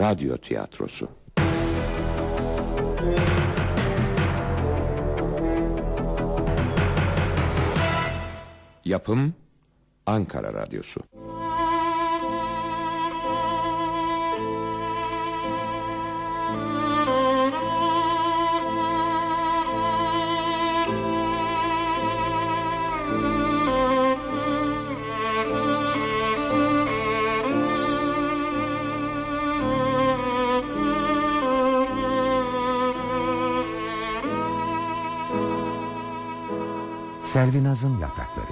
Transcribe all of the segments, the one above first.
Radyo tiyatrosu. Yapım Ankara Radyosu. Selvinaz'ın Yaprakları.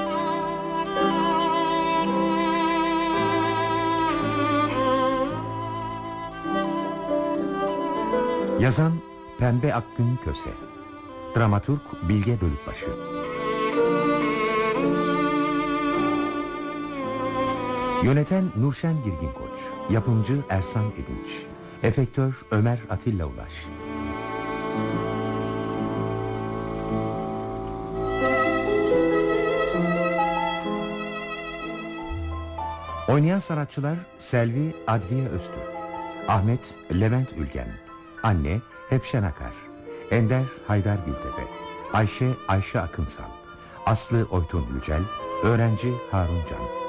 Yazan Pembe Akgün Köse. Dramaturg Bilge Bölükbaşı. Yöneten Nurşen Girginkoç. Yapımcı Ersan Edinç. Efektör Ömer Atilla Ulaş. Oynayan sanatçılar: Selvi Adliye Öztürk, Ahmet Levent Ülgen, Anne Hepşen Akar, Ender Haydar Gültepe, Ayşe Akınsal, Aslı Oytun Yücel, Öğrenci Harun Can.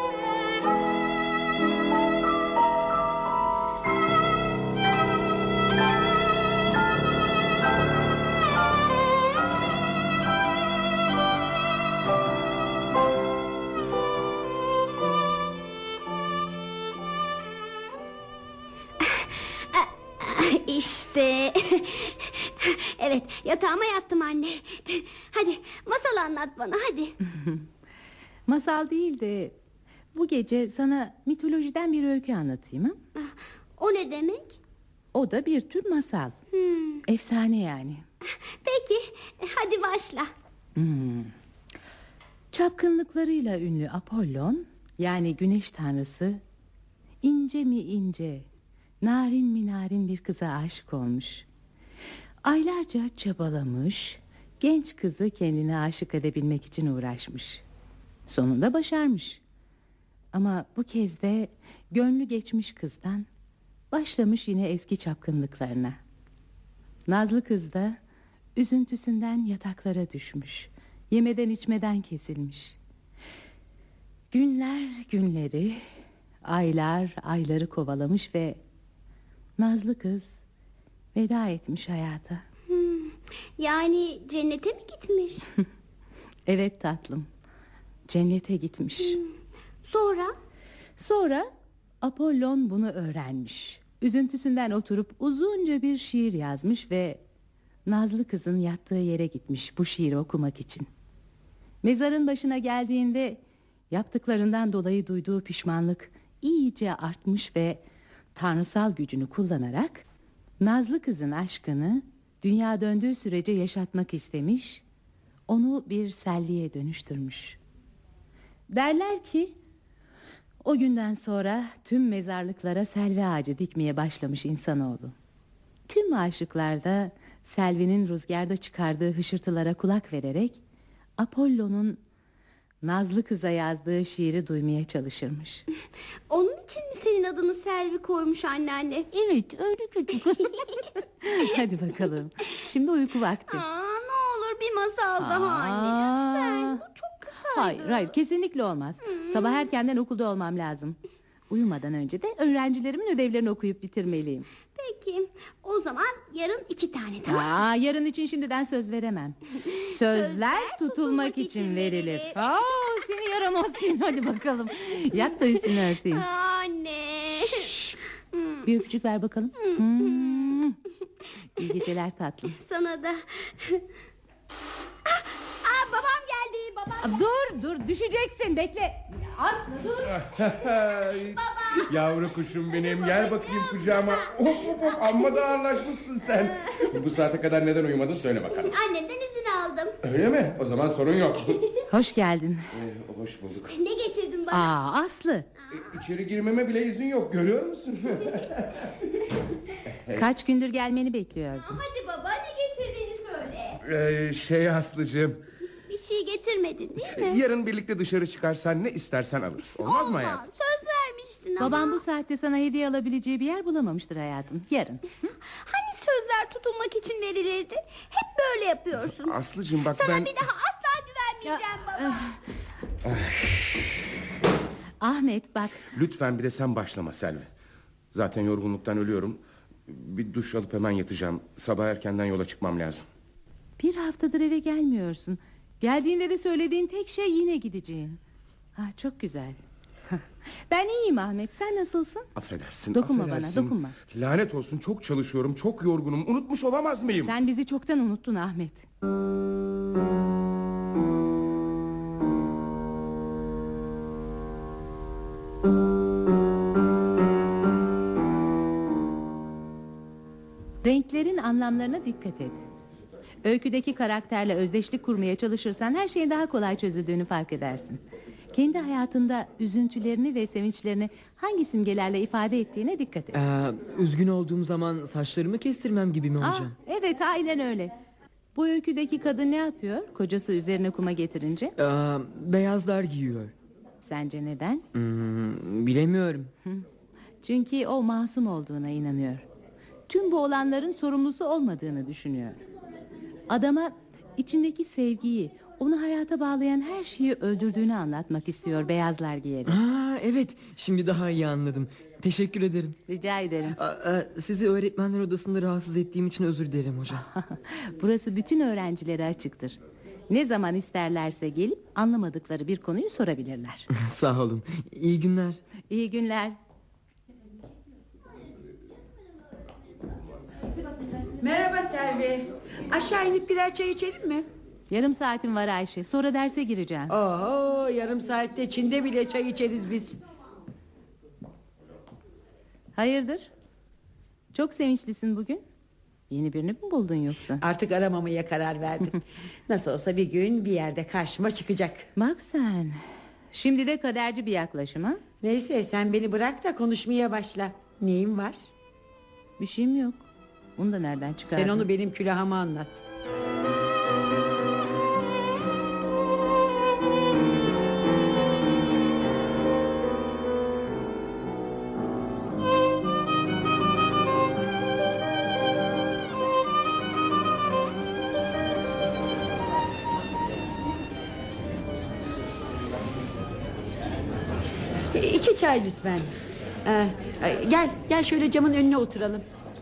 İşte. Evet, yatağıma yattım anne. Hadi masal anlat bana, hadi. Masal değil de bu gece sana mitolojiden bir öykü anlatayım, ha? O ne demek? O da bir tür masal. Efsane yani. Peki, hadi başla. Çapkınlıklarıyla ünlü Apollon, yani güneş tanrısı, ince mi ince, narin mi narin bir kıza aşık olmuş. Aylarca çabalamış, genç kızı kendine aşık edebilmek için uğraşmış. Sonunda başarmış. Ama bu kez de gönlü geçmiş kızdan başlamış yine eski çapkınlıklarına. Nazlı kız da üzüntüsünden yataklara düşmüş, yemeden içmeden kesilmiş. Günler günleri, aylar ayları kovalamış ve Nazlı kız veda etmiş hayata. Yani cennete mi gitmiş? Evet tatlım, cennete gitmiş. Sonra Apollon bunu öğrenmiş. Üzüntüsünden oturup uzunca bir şiir yazmış ve Nazlı kızın yattığı yere gitmiş bu şiiri okumak için. Mezarın başına geldiğinde yaptıklarından dolayı duyduğu pişmanlık iyice artmış ve tanrısal gücünü kullanarak Nazlı kızın aşkını dünya döndüğü sürece yaşatmak istemiş, onu bir selviye dönüştürmüş. Derler ki o günden sonra tüm mezarlıklara selvi ağacı dikmeye başlamış insanoğlu. Tüm aşıklar da selvinin rüzgarda çıkardığı hışırtılara kulak vererek Apollon'un Nazlı kıza yazdığı şiiri duymaya çalışırmış. Onun için mi senin adını Selvi koymuş anneanne? Evet, öyle çocuk. Hadi bakalım, şimdi uyku vakti. Ne olur bir masal daha anne, lütfen. Bu çok kısaydı. Hayır, kesinlikle olmaz. Sabah erkenden okulda olmam lazım. Uyumadan önce de öğrencilerimin ödevlerini okuyup bitirmeliyim. Peki, o zaman yarın 2 tane, tamam mı? Yarın için şimdiden söz veremem. Sözler tutulmak için verilir. Seni yaramaz seni, hadi bakalım. Yat da üstünü örteyim. Anne. Bir öpücük ver bakalım. İyi geceler tatlım. Sana da. Babam geldi, babam. Dur, düşeceksin, bekle. Aslı dur. Baba. Yavru kuşum benim, gel bakayım kucağıma. Hop, amma da ağırlaşmışsın sen. Bu saate kadar neden uyumadın, söyle bakalım. Annemden izin aldım. Öyle mi? O zaman sorun yok. Hoş geldin. Hoş bulduk. Ne getirdin bana? Aslı. İçeri girmeme bile izin yok, görüyor musun? Kaç gündür gelmeni bekliyordum. Hadi baba, ne getirdiğini söyle. Aslıcığım, Bir şey getirmedin değil mi? yarın birlikte dışarı çıkarsan ne istersen alırız. Olmaz mı hayatım? Söz vermiştin. vermiştin ama. Babam bu saatte sana hediye alabileceği bir yer bulamamıştır hayatım. Yarın. Hani sözler tutulmak için verilirdi? Hep böyle yapıyorsun. Aslıcığım bak Sana ben... bir daha asla güvenmeyeceğim baba. Ahmet bak. Lütfen bir de sen başlama Selvi. Zaten yorgunluktan ölüyorum. Bir duş alıp hemen yatacağım. Sabah erkenden yola çıkmam lazım. Bir haftadır eve gelmiyorsun. Geldiğinde de söylediğin tek şey yine gideceğin. Çok güzel. Ben iyiyim Ahmet, sen nasılsın? Affedersin. Dokunma affedersin. bana, dokunma. Lanet olsun, çok çalışıyorum, çok yorgunum. Unutmuş olamaz mıyım? Sen bizi çoktan unuttun Ahmet. Renklerin anlamlarına dikkat et. Öyküdeki karakterle özdeşlik kurmaya çalışırsan her şeyin daha kolay çözüldüğünü fark edersin. Kendi hayatında üzüntülerini ve sevinçlerini hangi simgelerle ifade ettiğine dikkat et. Üzgün olduğum zaman saçlarımı kestirmem gibi mi hocam? Evet, aynen öyle. Bu öyküdeki kadın ne yapıyor? Kocası üzerine kuma getirince. Beyazlar giyiyor. Sence neden? Bilemiyorum. Çünkü o masum olduğuna inanıyor. Tüm bu olanların sorumlusu olmadığını düşünüyor. Adama içindeki sevgiyi, onu hayata bağlayan her şeyi öldürdüğünü anlatmak istiyor beyazlar giyerek. Evet, şimdi daha iyi anladım. Teşekkür ederim. Rica ederim. Sizi öğretmenler odasında rahatsız ettiğim için özür dilerim hocam. Burası bütün öğrencilere açıktır. Ne zaman isterlerse gelip anlamadıkları bir konuyu sorabilirler. Sağ olun. İyi günler. İyi günler. Merhaba Selvi. Aşağı inip birer çay içelim mi? Yarım saatim var Ayşe. Sonra derse gireceğim. Oho, yarım saatte Çin'de bile çay içeriz biz. Hayırdır? Çok sevinçlisin bugün. Yeni birini mi buldun yoksa? Artık aramamaya karar verdim. Nasıl olsa bir gün bir yerde karşıma çıkacak. Bak sen. Şimdi de kaderci bir yaklaşım ha? Neyse sen beni bırak da konuşmaya başla. Neyin var? Bir şeyim yok. Onu da nereden çıkardın? Sen onu benim külahıma anlat. İki çay lütfen. Gel şöyle camın önüne oturalım.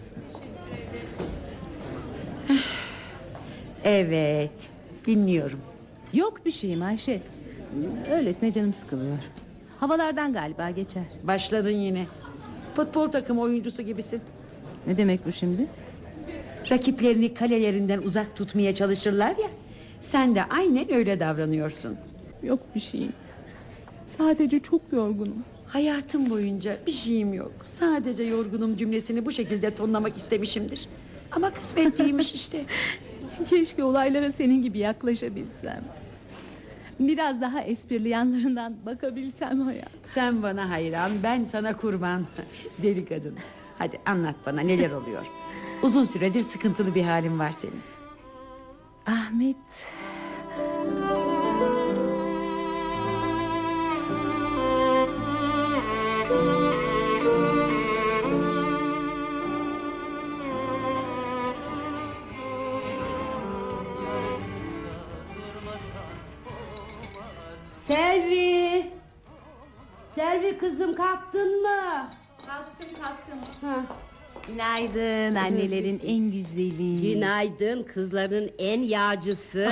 Evet, dinliyorum. Yok bir şeyim Ayşe. Öylesine canım sıkılıyor. Havalardan galiba geçer. Başladın yine. Futbol takımı oyuncusu gibisin. Ne demek bu şimdi? Rakiplerini kalelerinden uzak tutmaya çalışırlar ya. Sen de aynen öyle davranıyorsun. Yok bir şeyim. Sadece çok yorgunum. Hayatım boyunca bir şeyim yok. Sadece yorgunum cümlesini bu şekilde tonlamak istemişimdir. Ama kısmet değilmiş işte. Keşke olaylara senin gibi yaklaşabilsem. Biraz daha esprili yanlarından bakabilsem hayat. Sen bana hayran, ben sana kurban. Deli kadın. Hadi anlat bana neler oluyor. Uzun süredir sıkıntılı bir halin var senin. Ahmet... Selvi! Selvi kızım kalktın mı? Kalktım. Ha. Günaydın annelerin en güzeli. Günaydın kızların en yağcısı.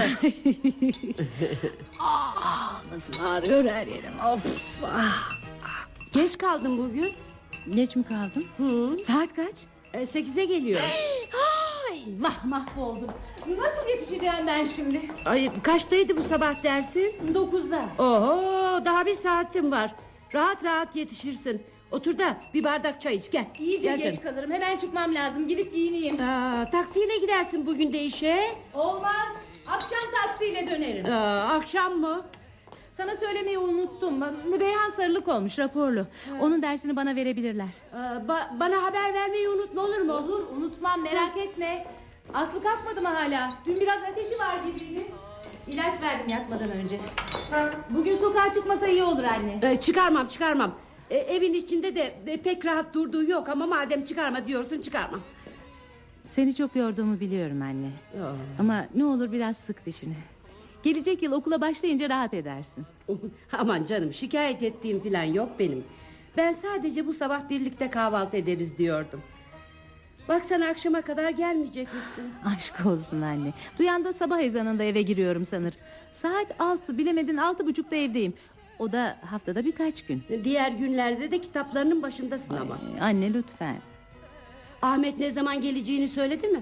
Nasıl ağrıyor her yerim. Of. Geç kaldın bugün. Geç mi kaldın? Saat kaç? 8'e geliyor. Ay mahvoldum. Nasıl yetişeceğim ben şimdi? Ay, kaçtaydı bu sabah dersin? 9'da. Oho, daha bir saatim var. Rahat rahat yetişirsin. Otur da bir bardak çay iç gel. İyice Gel geç canım. kalırım. Hemen çıkmam lazım. Gidip giyineyim. Taksiyle gidersin bugün de işe. Olmaz. Akşam taksiyle dönerim. Akşam mı? Sana söylemeyi unuttum. Reyhan sarılık olmuş, raporlu. Onun dersini bana verebilirler. Bana haber vermeyi unutma, olur mu? Olur, unutmam, merak etme. Aslı kalkmadı mı hala? Dün biraz ateşi var gibiydi. İlaç verdim yatmadan önce. Bugün sokağa çıkmasa iyi olur anne. Çıkarmam. Evin içinde de pek rahat durduğu yok ama madem çıkarma diyorsun çıkarma. Seni çok yorduğumu biliyorum anne. Ama ne olur biraz sık dişini. Gelecek yıl okula başlayınca rahat edersin. Aman canım, şikayet ettiğim falan yok benim. Ben sadece bu sabah birlikte kahvaltı ederiz diyordum. Bak sen akşama kadar gelmeyecekmişsin. Aşk olsun anne. Duyan da sabah ezanında eve giriyorum sanır. Saat 6, bilemedin 6.30'da evdeyim. O da haftada birkaç gün. Diğer günlerde de kitaplarının başındasın ama. Anne lütfen. Ahmet ne zaman geleceğini söyledi mi?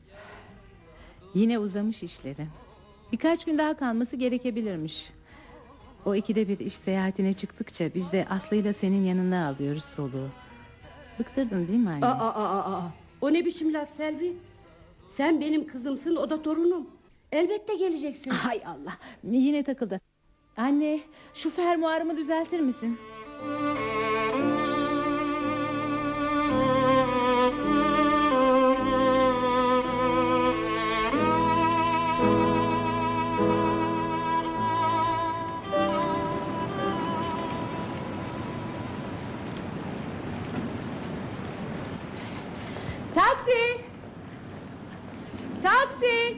Yine uzamış işleri. Birkaç gün daha kalması gerekebilirmiş. O 2'de bir iş seyahatine çıktıkça biz de Aslı'yla senin yanında alıyoruz soluğu. Bıktırdın değil mi anne? O ne biçim laf Selvi? Sen benim kızımsın, o da torunum. Elbette geleceksin. Hay Allah, yine takıldı. Anne, şu fermuarımı düzeltir misin? Taksi! Taksi!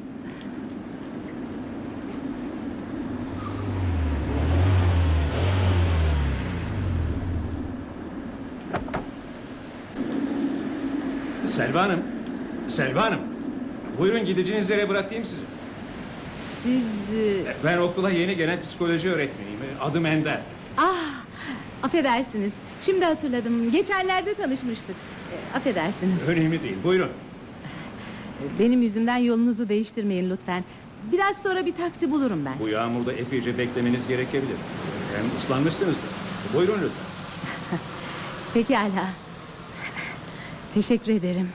Selva Hanım. Selva Hanım. Buyurun, gideceğiniz yere bırakayım sizi. Siz... Ben okula yeni gelen psikoloji öğretmeniyim. Adım Ender. Affedersiniz. Şimdi hatırladım. Geçenlerde tanışmıştık. Affedersiniz. Önemli değil, buyurun. Benim yüzümden yolunuzu değiştirmeyin lütfen. Biraz sonra bir taksi bulurum ben. Bu yağmurda epeyce beklemeniz gerekebilir. Hem ıslanmışsınızdır. Buyurun lütfen. Pekala. Teşekkür ederim.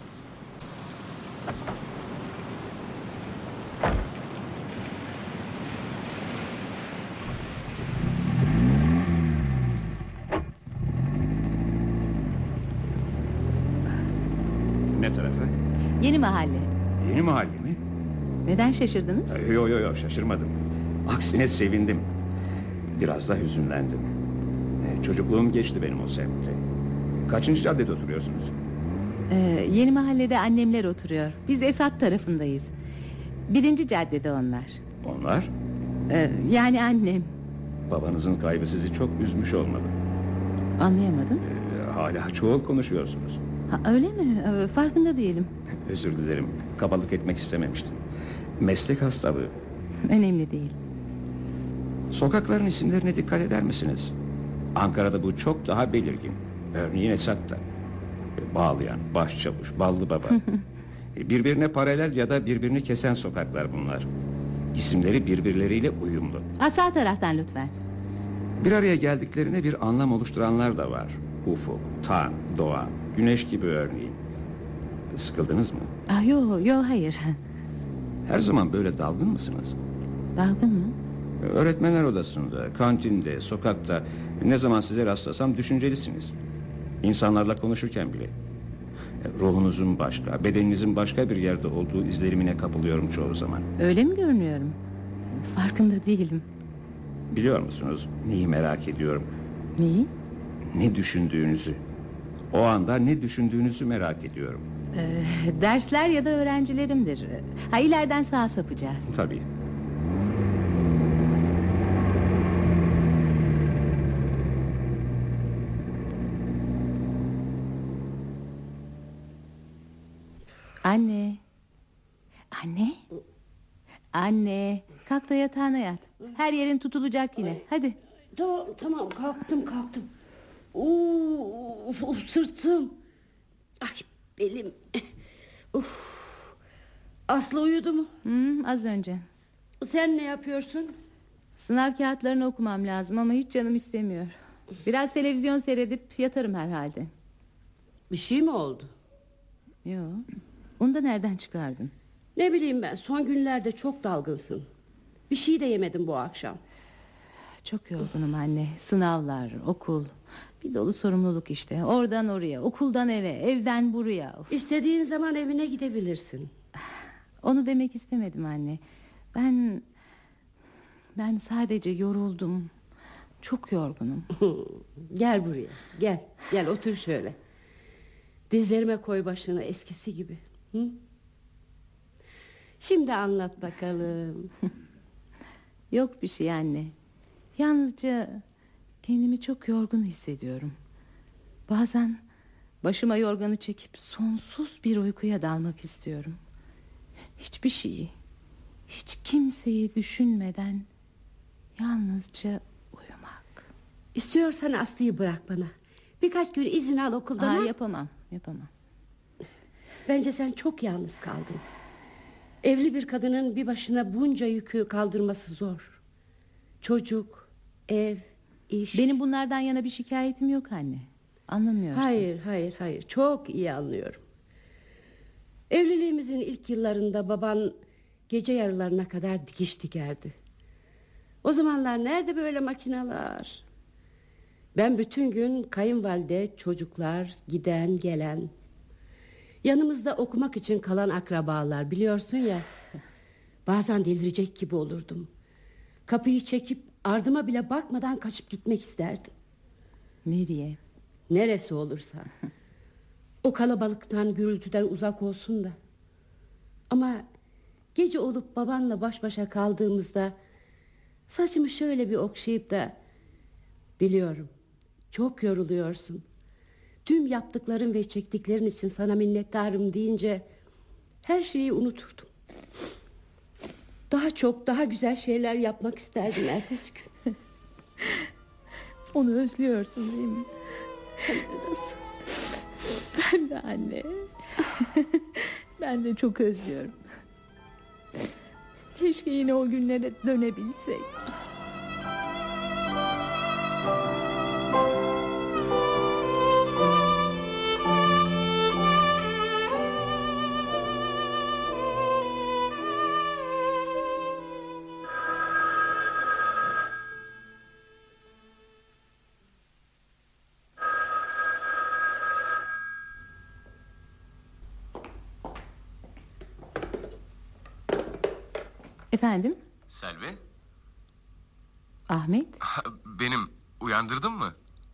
Ne tarafa? Yeni mahalle. Yeni mahalle mi? Neden şaşırdınız? Yo, şaşırmadım. Aksine sevindim. Biraz da hüzünlendim. Çocukluğum geçti benim o semtte. Kaçıncı caddede oturuyorsunuz? Yeni mahallede annemler oturuyor. Biz Esat tarafındayız. 1. caddede onlar. Onlar? Yani annem. Babanızın kaybı sizi çok üzmüş olmalı. Anlayamadım. Hala çoğul konuşuyorsunuz. Öyle mi? Farkında değilim. Özür dilerim. Kabalık etmek istememiştim. Meslek hastalığı. Önemli değil. Sokakların isimlerine dikkat eder misiniz? Ankara'da bu çok daha belirgin. Örneğin Esat'ta. Bağlayan, Başçavuş, Ballıbaba. Birbirine paralel ya da birbirini kesen sokaklar bunlar. İsimleri birbirleriyle uyumlu. Sağ taraftan lütfen. Bir araya geldiklerine bir anlam oluşturanlar da var. Ufuk, tan, doğa, güneş gibi örneğin. Sıkıldınız mı? Yo hayır. Her zaman böyle dalgın mısınız? Dalgın mı? Öğretmenler odasında, kantinde, sokakta ne zaman size rastlasam düşüncelisiniz. İnsanlarla konuşurken bile. Ruhunuzun başka, bedeninizin başka bir yerde olduğu izlenimine kapılıyorum çoğu zaman. Öyle mi görünüyorum? Farkında değilim. Biliyor musunuz neyi merak ediyorum? Neyi? Ne düşündüğünüzü. O anda ne düşündüğünüzü merak ediyorum. Dersler ya da öğrencilerimdir. İleriden sağa sapacağız. Tabii. Anne. Anne. Anne. Kalk da yatağına yat. Her yerin tutulacak yine. Hadi. Tamam kalktım. Sırtım. Ay belim. Aslı uyudu mu? Az önce. Sen ne yapıyorsun? Sınav kağıtlarını okumam lazım ama hiç canım istemiyor. Biraz televizyon seyredip yatarım herhalde. Bir şey mi oldu? Yok. Onu da nereden çıkardın? Ne bileyim ben, son günlerde çok dalgınsın. Bir şey de yemedim bu akşam. Çok yorgunum anne. Sınavlar, okul, bir dolu sorumluluk işte. Oradan oraya, okuldan eve, evden buraya. İstediğin zaman evine gidebilirsin. Onu demek istemedim anne. Ben sadece yoruldum. Çok yorgunum. Gel buraya, gel. Gel otur şöyle. Dizlerime koy başını eskisi gibi. Hı? Şimdi anlat bakalım. Yok bir şey anne. Yalnızca kendimi çok yorgun hissediyorum. Bazen başıma yorganı çekip sonsuz bir uykuya dalmak istiyorum. Hiçbir şeyi, hiç kimseyi düşünmeden yalnızca uyumak. İstiyorsan Aslı'yı bırak bana. Birkaç gün izin al okuldan. Yapamam. Bence sen çok yalnız kaldın. Evli bir kadının bir başına bunca yükü kaldırması zor. Çocuk, ev, iş. Benim bunlardan yana bir şikayetim yok anne. Anlamıyorsun. Hayır. Çok iyi anlıyorum. Evliliğimizin ilk yıllarında baban gece yarılarına kadar dikiş dikerdi. O zamanlar nerede böyle makineler? Ben bütün gün kayınvalide, çocuklar, giden gelen. Yanımızda okumak için kalan akrabalar, biliyorsun ya. Bazen delirecek gibi olurdum. Kapıyı çekip ardıma bile bakmadan kaçıp gitmek isterdim. Nereye? Neresi olursa. O kalabalıktan, gürültüden uzak olsun da. Ama gece olup babanla baş başa kaldığımızda saçımı şöyle bir okşayıp da biliyorum çok yoruluyorsun, tüm yaptıkların ve çektiklerin için sana minnettarım deyince her şeyi unuturdum. Daha çok, daha güzel şeyler yapmak isterdim ertesi gün. Onu özlüyorsun değil mi? Hem de nasıl? Ben de anne. Ben de çok özlüyorum. Keşke yine o günlere dönebilsek. Efendim? Selvi? Ahmet? Benim. Uyandırdın mı?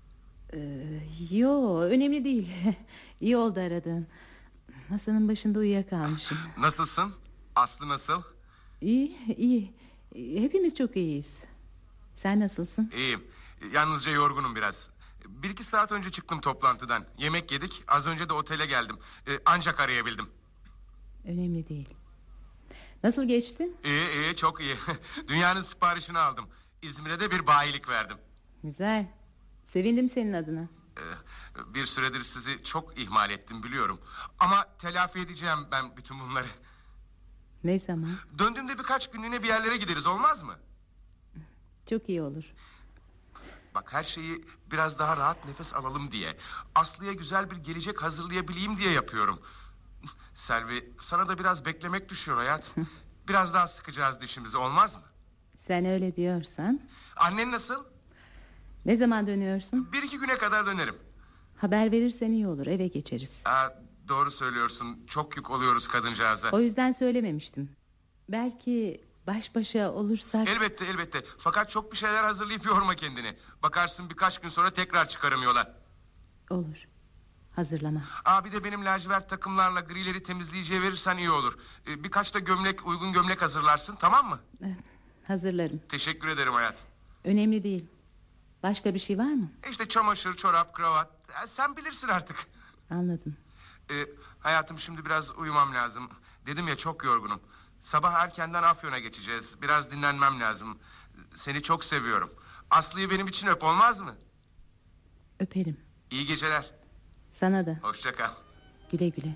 Yo, önemli değil. İyi oldu aradın. Masanın başında uyuyakalmışım. Nasılsın? Aslı nasıl? İyi. Hepimiz çok iyiyiz. Sen nasılsın? İyiyim. Yalnızca yorgunum biraz. 1-2 saat önce çıktım toplantıdan. Yemek yedik. Az önce de otele geldim. Ancak arayabildim. Önemli değil. Nasıl geçti? İyi, çok iyi. Dünyanın siparişini aldım. İzmir'e de bir bayilik verdim. Güzel. Sevindim senin adına. Bir süredir sizi çok ihmal ettim biliyorum. Ama telafi edeceğim ben bütün bunları. Ne zaman? Döndüğümde birkaç günlüğüne bir yerlere gideriz, olmaz mı? Çok iyi olur. Bak, her şeyi biraz daha rahat nefes alalım diye, Aslı'ya güzel bir gelecek hazırlayabileyim diye yapıyorum. Selvi, sana da biraz beklemek düşüyor hayat. Biraz daha sıkacağız dişimizi, olmaz mı? Sen öyle diyorsan. Annen nasıl? Ne zaman dönüyorsun? 1-2 güne kadar dönerim. Haber verirsen iyi olur, eve geçeriz. Doğru söylüyorsun, çok yük oluyoruz kadıncağıza. O yüzden söylememiştim. Belki baş başa olursak... Elbette. Fakat çok bir şeyler hazırlayıp yorma kendini. Bakarsın birkaç gün sonra tekrar çıkarım yola. Olur. Hazırlama. Bir de benim lacivert takımlarla grileri temizleyiciye verirsen iyi olur. Birkaç da gömlek, uygun gömlek hazırlarsın, tamam mı? Hazırlarım. Teşekkür ederim hayat. Önemli değil. Başka bir şey var mı? İşte çamaşır, çorap, kravat. Sen bilirsin artık. Anladım. Hayatım, şimdi biraz uyumam lazım. Dedim ya, çok yorgunum. Sabah erkenden Afyon'a geçeceğiz. Biraz dinlenmem lazım. Seni çok seviyorum. Aslı'yı benim için öp, olmaz mı? Öperim. İyi geceler. Sana da. Hoşça kal. Güle güle.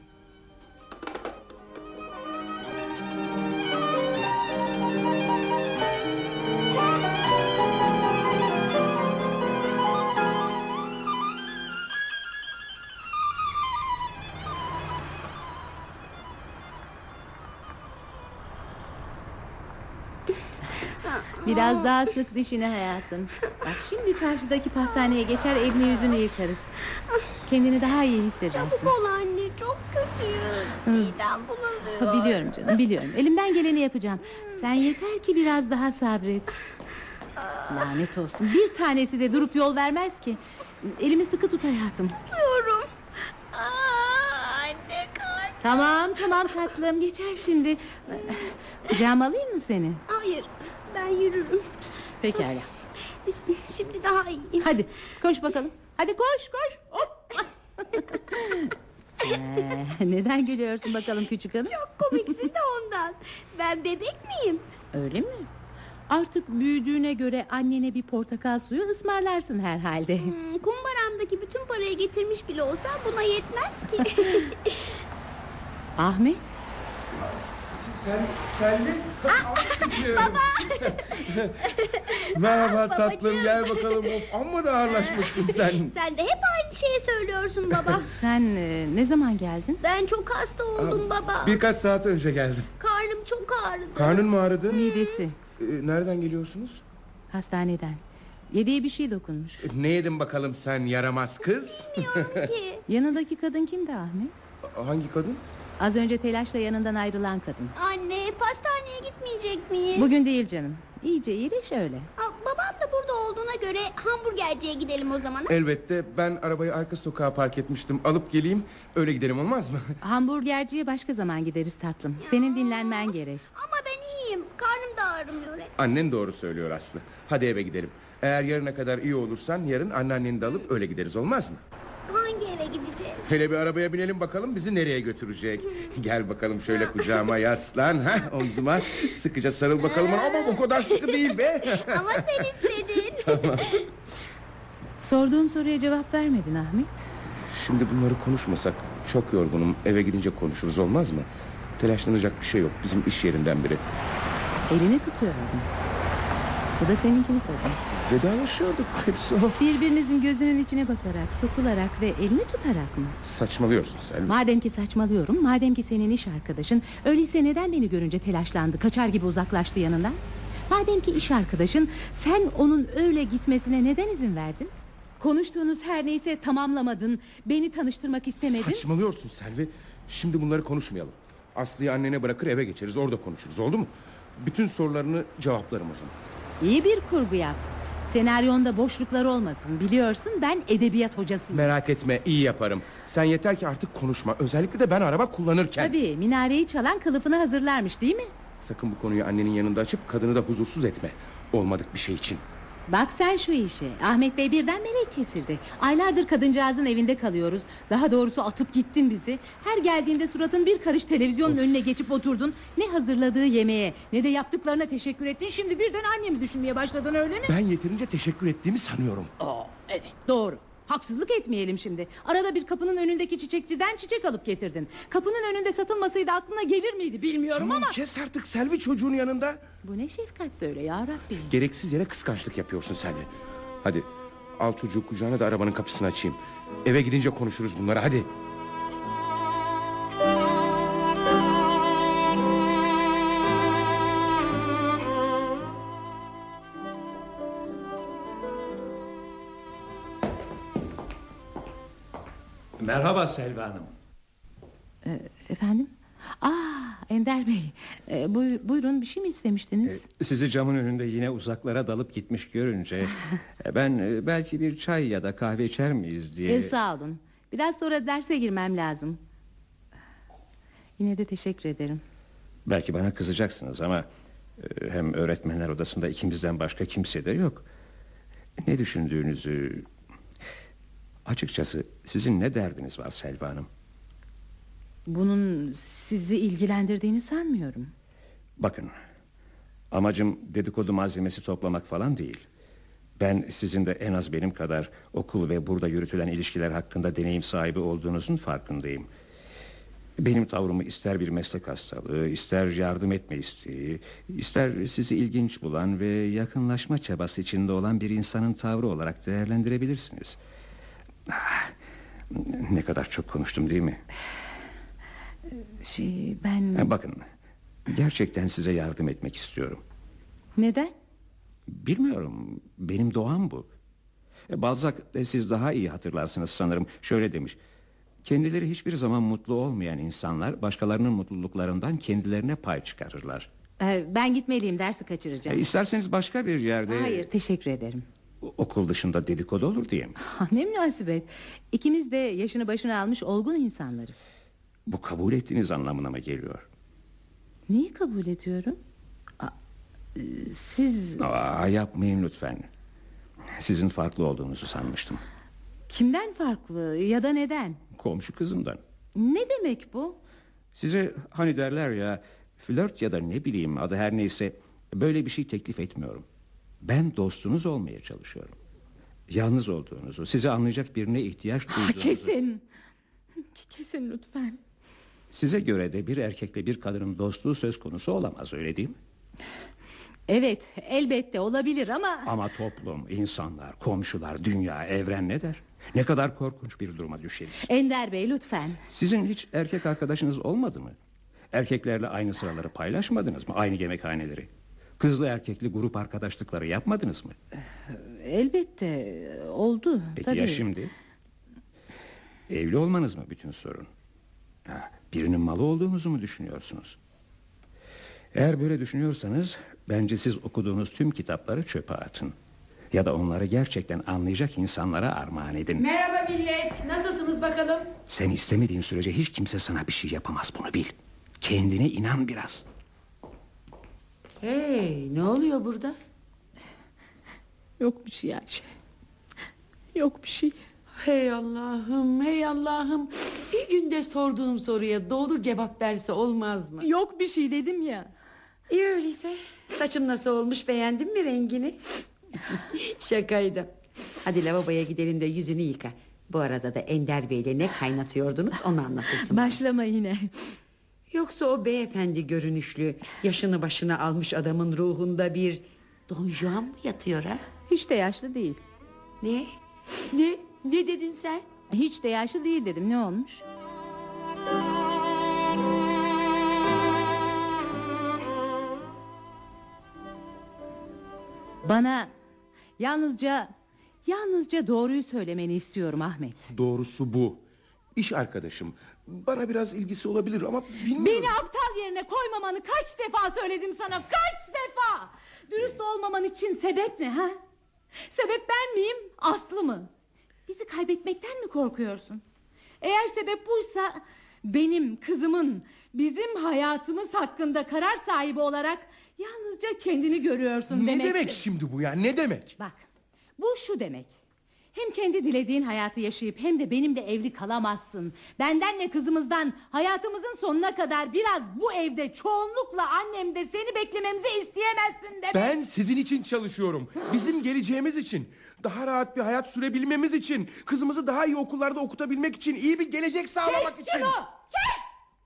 Biraz daha sık dişini hayatım. Bak, şimdi karşıdaki pastaneye geçer, elini yüzünü yıkarız. Kendini daha iyi hissedersin. Çabuk ol anne, çok kötüyüm. Midem bulanıyor. Biliyorum canım, biliyorum. Elimden geleni yapacağım. Sen yeter ki biraz daha sabret. Lanet olsun, bir tanesi de durup yol vermez ki. Elimi sıkı tut hayatım. Tutuyorum. Anne kalk. Tamam tatlım, geçer şimdi. Kucağıma alayım mı seni? Hayır, ben yürürüm. Pekala. Şimdi daha iyiyim. Hadi koş bakalım. Hadi koş. Neden gülüyorsun bakalım küçük hanım? Çok komiksin de ondan. Ben bebek miyim? Öyle mi? Artık büyüdüğüne göre annene bir portakal suyu ısmarlarsın herhalde. Kumbaramdaki bütün parayı getirmiş bile olsam buna yetmez ki. Ahmet. Selvi. Baba. Merhaba Babacığım. tatlım, gel bakalım. Of, amma da ağırlaşmışsın sen. Sen de hep aynı şeyi söylüyorsun baba. Sen ne zaman geldin? Ben çok hasta oldum baba. Birkaç saat önce geldim. Karnım çok ağrıdı. Karnın mı ağrıdı? Midesi. Nereden geliyorsunuz? Hastaneden. Yediği bir şey dokunmuş. Ne yedin bakalım sen yaramaz kız? Bilmiyorum ki. Yanındaki kadın kimdi Ahmet? Hangi kadın? Az önce telaşla yanından ayrılan kadın. Anne, pastaneye gitmeyecek miyiz? Bugün değil canım. İyice iyileş öyle. Babam da burada olduğuna göre hamburgerciye gidelim o zaman. Elbette, ben arabayı arka sokağa park etmiştim. Alıp geleyim, öyle gidelim, olmaz mı? Hamburgerciye başka zaman gideriz tatlım. Senin dinlenmen gerek. Ama ben iyiyim. Karnım da ağrımıyor hep. Annen doğru söylüyor Aslı. Hadi eve gidelim. Eğer yarına kadar iyi olursan yarın anneanneni de alıp öyle gideriz, olmaz mı? Hangi eve gideceğiz? Hele bir arabaya binelim bakalım, bizi nereye götürecek. Gel bakalım şöyle kucağıma yaslan, omzuma sıkıca sarıl bakalım. Ama o kadar sıkı değil be. Ama sen istedin. Sorduğum soruya cevap vermedin Ahmet. Şimdi bunları konuşmasak, çok yorgunum, eve gidince konuşuruz, olmaz mı? Telaşlanacak bir şey yok, bizim iş yerinden biri. Elini tutuyordum. Bu da seninkini tabii. Vedalaşıyorduk, hepsi o. Birbirinizin gözünün içine bakarak, sokularak ve elini tutarak mı? Saçmalıyorsun sen. Madem ki saçmalıyorum, madem ki senin iş arkadaşın, öyleyse neden beni görünce telaşlandı, kaçar gibi uzaklaştı yanından? Madem ki iş arkadaşın, sen onun öyle gitmesine neden izin verdin? Konuştuğunuz her neyse tamamlamadın, beni tanıştırmak istemedin. Saçmalıyorsun Selvi. Şimdi bunları konuşmayalım. Aslı'yı annene bırakır eve geçeriz, orada konuşuruz, oldu mu? Bütün sorularını cevaplarım o zaman. İyi bir kurgu yap. Senaryonda boşluklar olmasın. Biliyorsun ben edebiyat hocasıyım. Merak etme, iyi yaparım. Sen yeter ki artık konuşma. Özellikle de ben araba kullanırken. Tabii, minareyi çalan kılıfını hazırlarmış değil mi? Sakın bu konuyu annenin yanında açıp kadını da huzursuz etme. Olmadık bir şey için. Bak sen şu işe. Ahmet Bey birden melek kesildi. Aylardır kadıncağızın evinde kalıyoruz. Daha doğrusu atıp gittin bizi. Her geldiğinde suratın bir karış televizyonun önüne geçip oturdun. Ne hazırladığı yemeğe ne de yaptıklarına teşekkür ettin. Şimdi birden annemi düşünmeye başladın, öyle mi? Ben yeterince teşekkür ettiğimi sanıyorum. Evet, doğru. Haksızlık etmeyelim şimdi. Arada bir kapının önündeki çiçekçiden çiçek alıp getirdin. Kapının önünde satılmasaydı aklına gelir miydi bilmiyorum Tamam, ama... kes artık Selvi çocuğun yanında. Bu ne şefkat böyle ya Rabbim. Gereksiz yere kıskançlık yapıyorsun Selvi. Hadi al çocuğu kucağına da arabanın kapısını açayım. Eve gidince konuşuruz bunları, hadi. Merhaba Selvi Hanım. Efendim? Ender Bey, buyurun, bir şey mi istemiştiniz? Sizi camın önünde yine uzaklara dalıp gitmiş görünce ben belki bir çay ya da kahve içer miyiz diye. Sağ olun. Biraz sonra derse girmem lazım. Yine de teşekkür ederim. Belki bana kızacaksınız ama hem öğretmenler odasında ikimizden başka kimse de yok. Ne düşündüğünüzü... Açıkçası sizin ne derdiniz var Selvi Hanım? Bunun sizi ilgilendirdiğini sanmıyorum. Bakın, amacım dedikodu malzemesi toplamak falan değil. Ben sizin de en az benim kadar okul ve burada yürütülen ilişkiler hakkında deneyim sahibi olduğunuzun farkındayım. Benim tavrımı ister bir meslek hastalığı, ister yardım etme isteği, ister sizi ilginç bulan ve yakınlaşma çabası içinde olan bir insanın tavrı olarak değerlendirebilirsiniz. Ne kadar çok konuştum değil mi? Bakın, gerçekten size yardım etmek istiyorum. Neden? Bilmiyorum, benim doğam bu. Balzac, siz daha iyi hatırlarsınız sanırım, şöyle demiş: kendileri hiçbir zaman mutlu olmayan insanlar başkalarının mutluluklarından kendilerine pay çıkarırlar. Ben gitmeliyim, dersi kaçıracağım. İsterseniz başka bir yerde... Hayır, teşekkür ederim. Okul dışında dedikodu olur diye mi? Ne münasebet. İkimiz de yaşını başına almış olgun insanlarız. Bu kabul ettiğiniz anlamına mı geliyor? Neyi kabul ediyorum? Siz... Yapmayın lütfen. Sizin farklı olduğunuzu sanmıştım. Kimden farklı ya da neden? Komşu kızımdan. Ne demek bu? Size hani derler ya, flört ya da ne bileyim adı her neyse, böyle bir şey teklif etmiyorum. Ben dostunuz olmaya çalışıyorum. Yalnız olduğunuzu, sizi anlayacak birine ihtiyaç duyduğunuzu... Kesin lütfen. Size göre de bir erkekle bir kadının dostluğu söz konusu olamaz, öyle değil mi? Evet, elbette olabilir ama... Ama toplum, insanlar, komşular, dünya, evren ne der? Ne kadar korkunç bir duruma düşeriz. Ender Bey lütfen. Sizin hiç erkek arkadaşınız olmadı mı? Erkeklerle aynı sıraları paylaşmadınız mı? Aynı yemekhaneleri. Kızlı erkekli grup arkadaşlıkları yapmadınız mı? Elbette oldu. Peki tabii. ya şimdi? Evli olmanız mı bütün sorun? Birinin malı olduğunuzu mu düşünüyorsunuz? Eğer böyle düşünüyorsanız bence siz okuduğunuz tüm kitapları çöpe atın. Ya da onları gerçekten anlayacak insanlara armağan edin. Merhaba millet, nasılsınız bakalım? Sen istemediğin sürece hiç kimse sana bir şey yapamaz, bunu bil. Kendine inan biraz. Hey, ne oluyor burada? Yok bir şey Ayşe. Yok bir şey. Hey Allah'ım, hey Allah'ım. Bir günde sorduğum soruya doğru cevap verse olmaz mı? Yok bir şey dedim ya. İyi öyleyse. Saçım nasıl olmuş, beğendin mi rengini? Şakaydı. Hadi lavaboya gidelim de yüzünü yıka. Bu arada da Ender Bey'le ne kaynatıyordunuz onu anlatırsın. Başlama yine. Yoksa o beyefendi görünüşlü, yaşını başına almış adamın ruhunda bir Don Juan mı yatıyor ha? Hiç de yaşlı değil. Ne? Ne dedin sen? Hiç de yaşlı değil dedim, ne olmuş? Bana yalnızca doğruyu söylemeni istiyorum Ahmet. Doğrusu bu. İş arkadaşım. Bana biraz ilgisi olabilir ama bilmiyorum. Beni aptal yerine koymamanı kaç defa söyledim sana, kaç defa! Dürüst olmaman için sebep ne ha? Sebep ben miyim, Aslı mı? Bizi kaybetmekten mi korkuyorsun? Eğer sebep buysa benim, kızımın, bizim hayatımız hakkında karar sahibi olarak yalnızca kendini görüyorsun demektir. Ne demek şimdi bu ya, ne demek? Bak, bu şu demek. Hem kendi dilediğin hayatı yaşayıp hem de benimle evli kalamazsın. Benden ve kızımızdan hayatımızın sonuna kadar biraz bu evde çoğunlukla annemde seni beklememizi isteyemezsin demek. Ben sizin için çalışıyorum. Bizim geleceğimiz için. Daha rahat bir hayat sürebilmemiz için. Kızımızı daha iyi okullarda okutabilmek için. İyi bir gelecek sağlamak için. Kes şunu! Kes!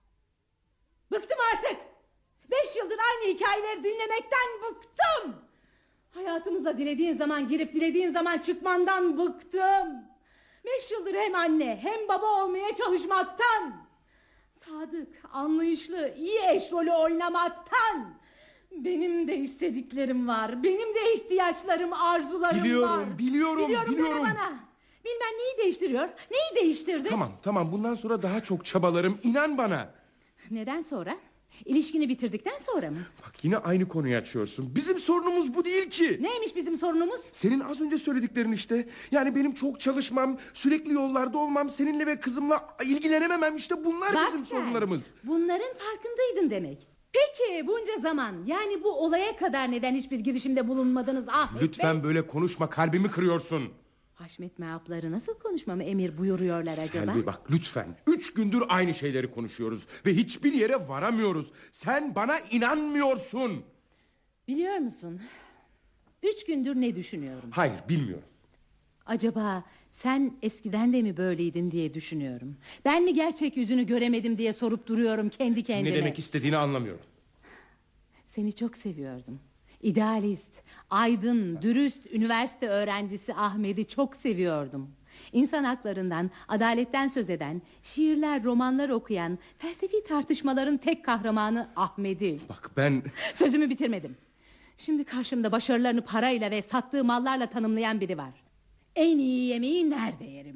Bıktım artık. 5 yıldır aynı hikayeleri dinlemekten bıktım. Hayatımıza dilediğin zaman girip dilediğin zaman çıkmandan bıktım. 5 yıldır hem anne hem baba olmaya çalışmaktan, sadık, anlayışlı, iyi eş rolü oynamaktan. Benim de istediklerim var. Benim de ihtiyaçlarım, arzularım var. Biliyorum. Deme bana. Bilmem neyi değiştiriyor? Neyi değiştirdi? Tamam, bundan sonra daha çok çabalarım, inan bana. Neden sonra? İlişkini bitirdikten sonra mı? Bak yine aynı konuyu açıyorsun. Bizim sorunumuz bu değil ki. Neymiş bizim sorunumuz? Senin az önce söylediklerin işte. Yani benim çok çalışmam, sürekli yollarda olmam, seninle ve kızımla ilgilenememem, işte bunlar Bak bizim sen, sorunlarımız. bunların farkındaydın demek. Peki bunca zaman, yani bu olaya kadar neden hiçbir girişimde bulunmadınız Ahmet Lütfen Bey? böyle konuşma, kalbimi kırıyorsun. Haşmet meapları nasıl konuşmamı emir buyuruyorlar acaba? Selvi bak lütfen, 3 gündür aynı şeyleri konuşuyoruz ve hiçbir yere varamıyoruz. Sen bana inanmıyorsun. Biliyor musun? 3 gündür ne düşünüyorum? Hayır, bilmiyorum. Acaba sen eskiden de mi böyleydin diye düşünüyorum. Ben mi gerçek yüzünü göremedim diye sorup duruyorum kendi kendime. Ne demek istediğini anlamıyorum. Seni çok seviyordum. İdealist, aydın, dürüst üniversite öğrencisi Ahmet'i çok seviyordum. İnsan haklarından, adaletten söz eden, şiirler, romanlar okuyan, felsefi tartışmaların tek kahramanı Ahmet'i. Bak ben... Sözümü bitirmedim. Şimdi karşımda başarılarını parayla ve sattığı mallarla tanımlayan biri var. En iyi yemeği nerede yerim?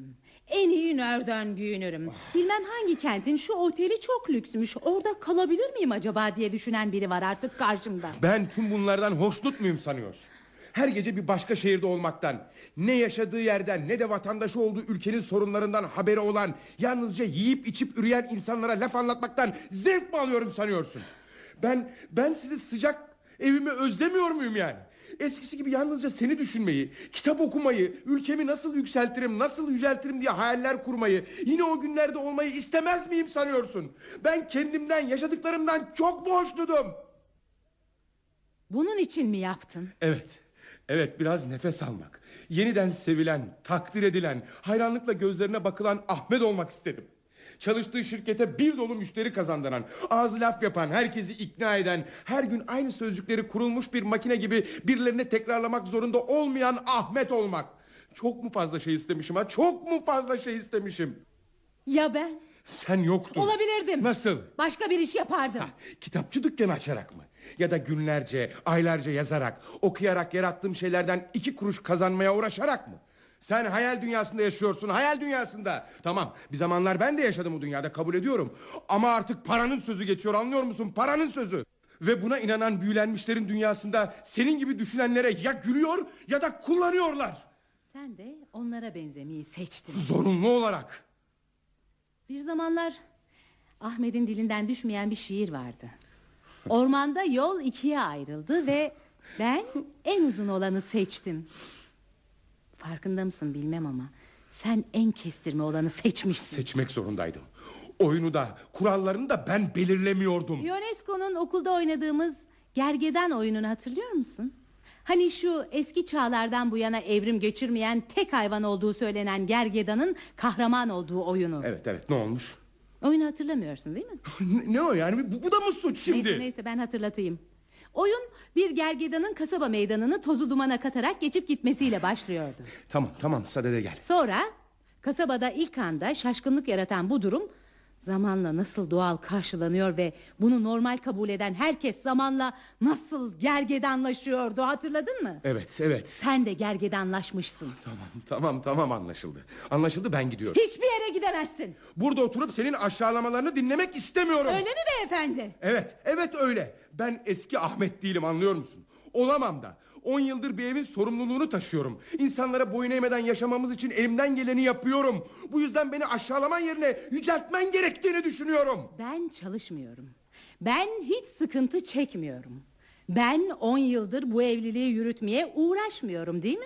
En iyi nereden giyinirim? Bilmem hangi kentin şu oteli çok lüksmüş. Orada kalabilir miyim acaba diye düşünen biri var artık karşımda. Ben tüm bunlardan hoşnut muyum sanıyorsun? Her gece bir başka şehirde olmaktan, ne yaşadığı yerden ne de vatandaşı olduğu ülkenin sorunlarından haberi olan, yalnızca yiyip içip üreyen insanlara laf anlatmaktan zevk mi alıyorum sanıyorsun? Ben sizi sıcak evimi özlemiyor muyum yani? Eskisi gibi yalnızca seni düşünmeyi, kitap okumayı, ülkemi nasıl yükseltirim, nasıl yüceltirim diye hayaller kurmayı, yine o günlerde olmayı istemez miyim sanıyorsun? Ben kendimden, yaşadıklarımdan çok borçluyum. Bunun için mi yaptın? Evet, biraz nefes almak, yeniden sevilen, takdir edilen, hayranlıkla gözlerine bakılan Ahmet olmak istedim. Çalıştığı şirkete bir dolu müşteri kazandıran, ağzı laf yapan, herkesi ikna eden, her gün aynı sözcükleri kurulmuş bir makine gibi birilerine tekrarlamak zorunda olmayan Ahmet olmak. Çok mu fazla şey istemişim ha? Çok mu fazla şey istemişim? Ya ben? Sen yoktun. Olabilirdim. Nasıl? Başka bir iş yapardım. Kitapçı dükkanı açarak mı? Ya da günlerce, aylarca yazarak, okuyarak yarattığım şeylerden 2 kuruş kazanmaya uğraşarak mı? Sen hayal dünyasında yaşıyorsun, hayal dünyasında. Tamam, bir zamanlar ben de yaşadım o dünyada, kabul ediyorum. Ama artık paranın sözü geçiyor, anlıyor musun? Paranın sözü. Ve buna inanan büyülenmişlerin dünyasında senin gibi düşünenlere ya gülüyor ya da kullanıyorlar. Sen de onlara benzemeyi seçtin. Zorunlu olarak. Bir zamanlar Ahmet'in dilinden düşmeyen bir şiir vardı. Ormanda yol 2'ye ayrıldı ve ben en uzun olanı seçtim. Farkında mısın bilmem ama sen en kestirme olanı seçmişsin. Seçmek zorundaydım. Oyunu da, kurallarını da ben belirlemiyordum. UNESCO'nun okulda oynadığımız gergedan oyununu hatırlıyor musun? Hani şu eski çağlardan bu yana evrim geçirmeyen tek hayvan olduğu söylenen gergedanın kahraman olduğu oyunu. Evet, ne olmuş? Oyunu hatırlamıyorsun değil mi? Ne o yani? Bu da mı suç şimdi? Neyse ben hatırlatayım. Oyun bir gergedanın kasaba meydanını tozu dumana katarak geçip gitmesiyle başlıyordu. Tamam sadede gel. Sonra kasabada ilk anda şaşkınlık yaratan bu durum zamanla nasıl doğal karşılanıyor ve bunu normal kabul eden herkes zamanla nasıl gergedanlaşıyordu, hatırladın mı? Evet. Sen de gergedanlaşmışsın. Tamam anlaşıldı, ben gidiyorum. Hiçbir yere gidemezsin. Burada oturup senin aşağılamalarını dinlemek istemiyorum. Öyle mi beyefendi? Evet öyle. Ben eski Ahmet değilim, anlıyor musun? Olamam da. 10 yıldır bir evin sorumluluğunu taşıyorum. İnsanlara boyun eğmeden yaşamamız için elimden geleni yapıyorum. Bu yüzden beni aşağılaman yerine yüceltmen gerektiğini düşünüyorum. Ben çalışmıyorum. Ben hiç sıkıntı çekmiyorum. Ben 10 yıldır bu evliliği yürütmeye uğraşmıyorum, değil mi?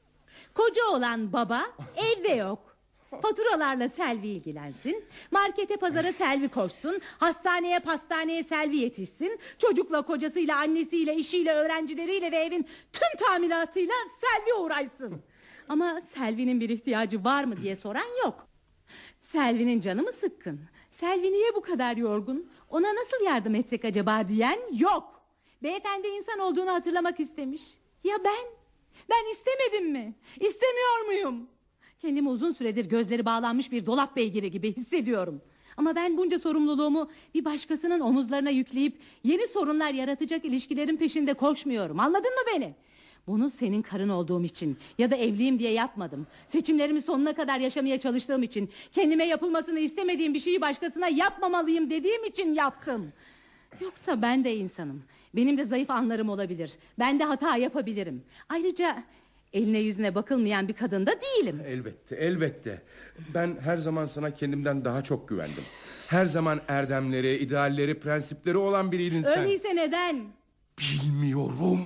Koca olan baba evde yok. Faturalarla Selvi ilgilensin, markete pazara Selvi koşsun, hastaneye pastaneye Selvi yetişsin, çocukla kocasıyla annesiyle işiyle öğrencileriyle ve evin tüm tamiratıyla Selvi uğraşsın. Ama Selvi'nin bir ihtiyacı var mı diye soran yok. Selvi'nin canı mı sıkkın? Selvi niye bu kadar yorgun? Ona nasıl yardım etsek acaba diyen yok. Beyefendi insan olduğunu hatırlamak istemiş. Ya ben? Ben istemedim mi? İstemiyor muyum? Kendimi uzun süredir gözleri bağlanmış bir dolap beygiri gibi hissediyorum. Ama ben bunca sorumluluğumu bir başkasının omuzlarına yükleyip yeni sorunlar yaratacak ilişkilerin peşinde koşmuyorum. Anladın mı beni? Bunu senin karın olduğum için ya da evliyim diye yapmadım. Seçimlerimi sonuna kadar yaşamaya çalıştığım için, kendime yapılmasını istemediğim bir şeyi başkasına yapmamalıyım dediğim için yaptım. Yoksa ben de insanım. Benim de zayıf anlarım olabilir. Ben de hata yapabilirim. Ayrıca eline yüzüne bakılmayan bir kadın da değilim. Elbette. Ben her zaman sana kendimden daha çok güvendim. Her zaman erdemleri, idealleri, prensipleri olan biriydin sen. Öyleyse neden? Bilmiyorum.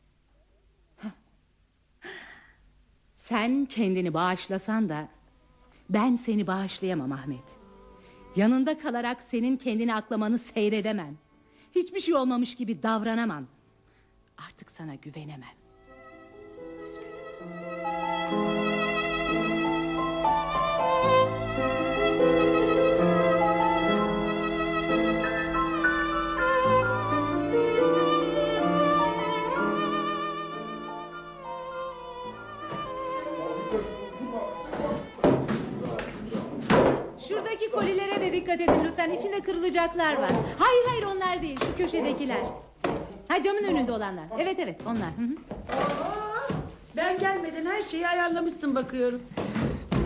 Sen kendini bağışlasan da ben seni bağışlayamam Ahmet. Yanında kalarak senin kendini aklamanı seyredemem. Hiçbir şey olmamış gibi davranamam. Artık sana güvenemem. Şuradaki kolilere de dikkat edin lütfen. İçinde kırılacaklar var. Hayır onlar değil, şu köşedekiler. Ha, camın önünde olanlar. Evet onlar. Ben gelmeden her şeyi ayarlamışsın bakıyorum.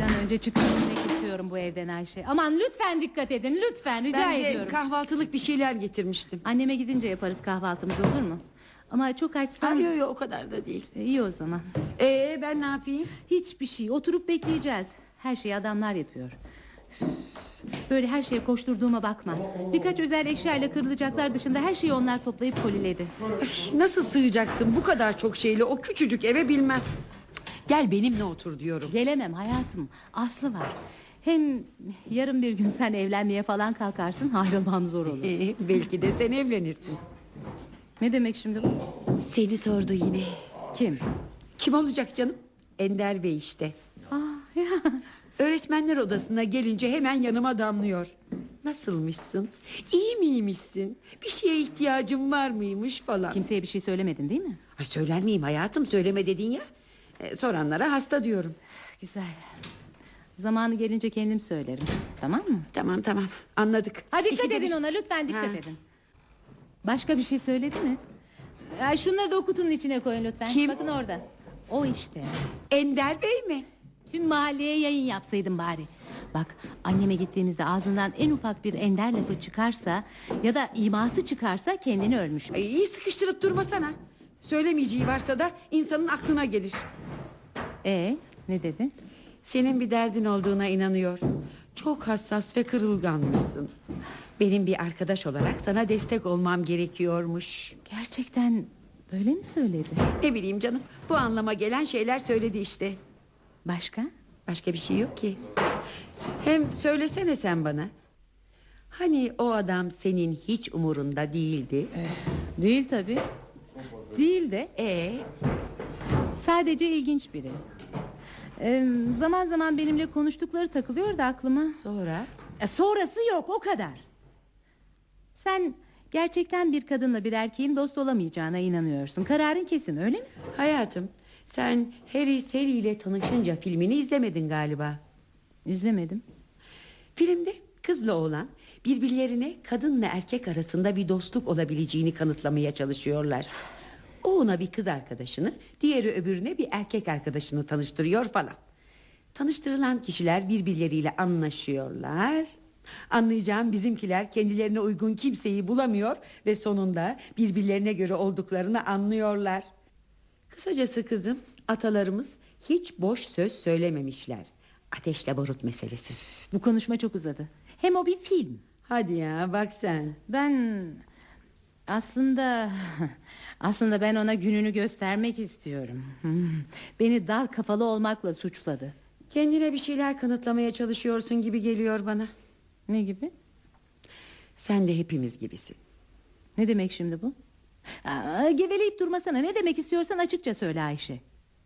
an önce çıkıp gitmek istiyorum bu evden Ayşe. Aman lütfen dikkat edin, lütfen rica Ben de ediyorum. kahvaltılık bir şeyler getirmiştim. Anneme gidince yaparız kahvaltımızı, olur mu? Ama çok açsam... Yok o kadar da değil. İyi o zaman. Ben ne yapayım? Hiçbir şey, oturup bekleyeceğiz. Her şeyi adamlar yapıyor. Böyle her şeye koşturduğuma bakma. Birkaç özel eşyayla kırılacaklar dışında her şeyi onlar toplayıp koliledi. Nasıl sığacaksın bu kadar çok şeyle o küçücük eve bilmem. Gel benimle otur diyorum. Gelemem hayatım, Aslı var. Hem yarın bir gün sen evlenmeye falan kalkarsın, ayrılmam zor olur. Belki de sen evlenirsin. Ne demek şimdi bu? Seni sordu yine. Kim? Kim olacak canım? Ender Bey işte. Ya. Öğretmenler odasına gelince hemen yanıma damlıyor. Nasılmışsın? İyi miymişsin? Bir şeye ihtiyacın var mıymış falan. Kimseye bir şey söylemedin değil mi? Ay söyler miyim hayatım, söyleme dedin ya. Soranlara hasta diyorum. Güzel. Zamanı gelince kendim söylerim. Tamam mı? Tamam anladık. Ha, dikkat İkide edin bir- ona, lütfen dikkat edin. Başka bir şey söyledi mi? Ay, şunları da o kutunun içine koyun lütfen. Kim? Bakın orada. O işte. Ender Bey mi? Tüm mahalleye yayın yapsaydın bari. Bak, anneme gittiğimizde ağzından en ufak bir Ender lafı çıkarsa ya da iması çıkarsa kendini ölmüş. İyi sıkıştırıp durmasana. Söylemeyeceği varsa da insanın aklına gelir. Ne dedi? Senin bir derdin olduğuna inanıyor. Çok hassas ve kırılganmışsın. Benim bir arkadaş olarak sana destek olmam gerekiyormuş. Gerçekten böyle mi söyledi? Ne bileyim canım, bu anlama gelen şeyler söyledi işte. Başka? Başka bir şey yok ki. Hem söylesene sen bana. Hani o adam senin hiç umurunda değildi? Değil tabii. Değil de sadece ilginç biri. Zaman zaman benimle konuştukları takılıyor da aklıma. Sonra? Sonrası yok, o kadar. Sen gerçekten bir kadınla bir erkeğin dost olamayacağına inanıyorsun. Kararın kesin, öyle mi? Hayatım, sen Harry Sally ile tanışınca filmini izlemedin galiba. İzlemedim. Filmde kızla oğlan birbirlerine kadınla erkek arasında bir dostluk olabileceğini kanıtlamaya çalışıyorlar. O ona bir kız arkadaşını, diğeri öbürüne bir erkek arkadaşını tanıştırıyor falan. Tanıştırılan kişiler birbirleriyle anlaşıyorlar. Anlayacağım, bizimkiler kendilerine uygun kimseyi bulamıyor ve sonunda birbirlerine göre olduklarını anlıyorlar. Kısacası kızım, atalarımız hiç boş söz söylememişler. Ateşle barut meselesi. Bu konuşma çok uzadı. Hem o bir film. Hadi ya, bak sen. Ben aslında ben ona gününü göstermek istiyorum. Beni dar kafalı olmakla suçladı. Kendine bir şeyler kanıtlamaya çalışıyorsun gibi geliyor bana. Ne gibi? Sen de hepimiz gibisin. Ne demek şimdi bu? Geveleyip durmasana. Ne demek istiyorsan açıkça söyle Ayşe.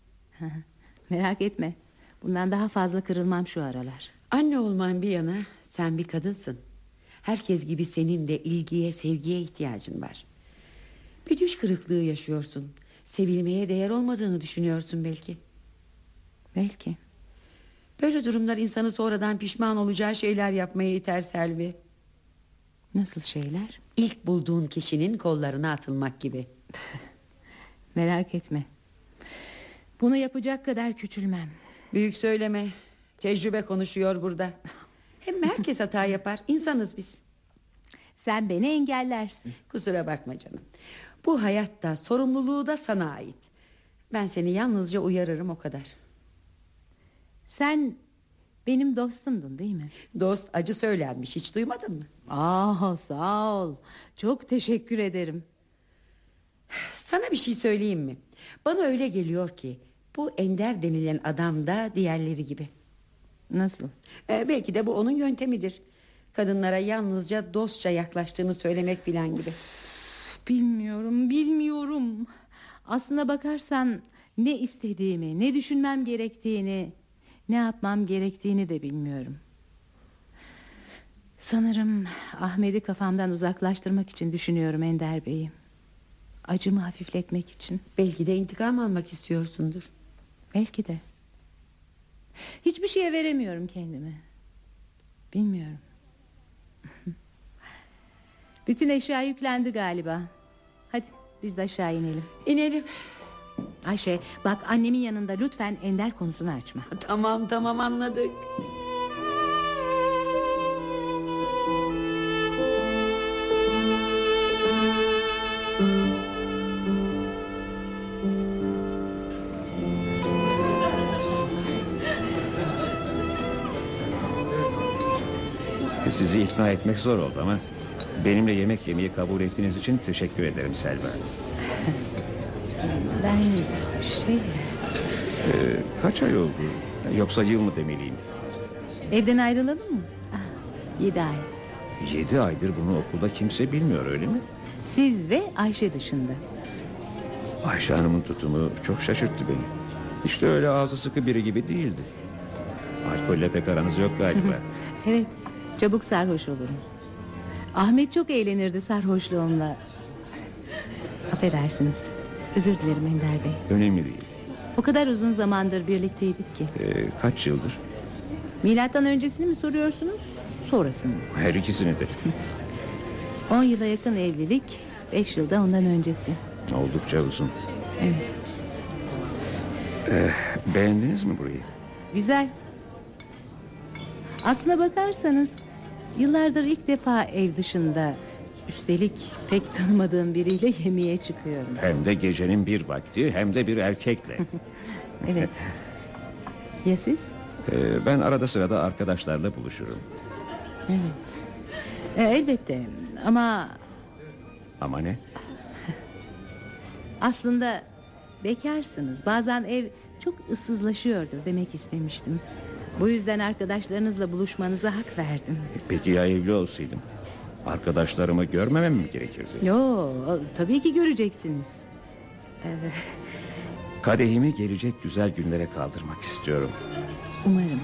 Merak etme. Bundan daha fazla kırılmam şu aralar. Anne olman bir yana, sen bir kadınsın. Herkes gibi senin de ilgiye, sevgiye ihtiyacın var. Bir düş kırıklığı yaşıyorsun. Sevilmeye değer olmadığını düşünüyorsun belki. Belki. Böyle durumlar insanı sonradan pişman olacağı şeyler yapmaya iter Selvi. Nasıl şeyler? İlk bulduğun kişinin kollarına atılmak gibi. Merak etme. Bunu yapacak kadar küçülmem. Büyük söyleme. Tecrübe konuşuyor burada. Hem herkes hata yapar. İnsanız biz. Sen beni engellersin. Kusura bakma canım. Bu hayatta sorumluluğu da sana ait. Ben seni yalnızca uyarırım, o kadar. Sen benim dostumdun değil mi? Dost acı söylenmiş, hiç duymadın mı? Sağ ol. Çok teşekkür ederim. Sana bir şey söyleyeyim mi? Bana öyle geliyor ki bu Ender denilen adam da diğerleri gibi. Nasıl? Belki de bu onun yöntemidir. Kadınlara yalnızca dostça yaklaştığını söylemek filan gibi. Bilmiyorum. Aslına bakarsan ne istediğimi, ne düşünmem gerektiğini, ne yapmam gerektiğini de bilmiyorum. Sanırım Ahmet'i kafamdan uzaklaştırmak için düşünüyorum Ender Bey'i. Acımı hafifletmek için. Belki de intikam almak istiyorsundur. Belki de. Hiçbir şeye veremiyorum kendimi. Bilmiyorum. Bütün eşya yüklendi galiba. Hadi biz de aşağı inelim. İnelim. Ayşe bak, annemin yanında lütfen Ender konusunu açma. Tamam anladık. Sizi ikna etmek zor oldu ama benimle yemek yemeyi kabul ettiğiniz için teşekkür ederim Selva. Ben Kaç ay oldu? Yoksa yıl mı demeliyim? evden ayrılalım mı? 7 ay. 7 aydır bunu okulda kimse bilmiyor, öyle mi? Siz ve Ayşe dışında. Ayşe Hanım'ın tutumu çok şaşırttı beni. İşte öyle ağzı sıkı biri gibi değildi. Alkolle pek aranız yok galiba. Evet, çabuk sarhoş olurum. Ahmet çok eğlenirdi sarhoşluğumla. Affedersiniz. Özür dilerim Ender Bey. Önemli değil. O kadar uzun zamandır birlikteydik ki. Kaç yıldır? Milattan öncesini mi soruyorsunuz, sonrasını mı? Her ikisini de. 10 yıla yakın evlilik, 5 yılda ondan öncesi. Oldukça uzun. Evet. Beğendiniz mi burayı? Güzel. Aslına bakarsanız yıllardır ilk defa ev dışında, üstelik pek tanımadığım biriyle yemeğe çıkıyorum. Hem de gecenin bir vakti, hem de bir erkekle. Evet. Ya siz? Ben arada sırada arkadaşlarla buluşurum. Evet. Elbette ama... Ama ne? Aslında bekarsınız. Bazen ev çok ıssızlaşıyordur demek istemiştim. Bu yüzden arkadaşlarınızla buluşmanıza hak verdim. Peki ya evli olsaydım? Arkadaşlarımı görmemem mi gerekirdi? Yo, tabii ki göreceksiniz. Kadehimi gelecek güzel günlere kaldırmak istiyorum. Umarım.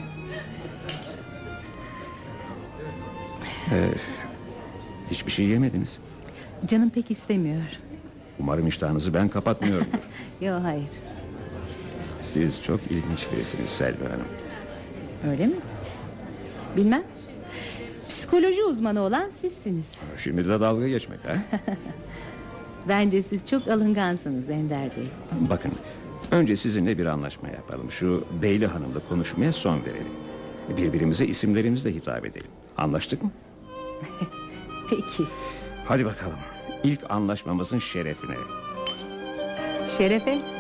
Hiçbir şey yemediniz. Canım pek istemiyor. Umarım iştahınızı ben kapatmıyorumdur. Yo, hayır. Siz çok ilginç birisiniz Selvi Hanım. Öyle mi? Bilmem. Psikoloji uzmanı olan sizsiniz. Şimdi de dalga geçmek ha? Bence siz çok alıngansınız Ender Bey. Bakın, önce sizinle bir anlaşma yapalım. Şu Beyli Hanım'la konuşmaya son verelim. Birbirimize isimlerimizle hitap edelim. Anlaştık mı? Peki. Hadi bakalım. İlk anlaşmamızın şerefine. Şerefe.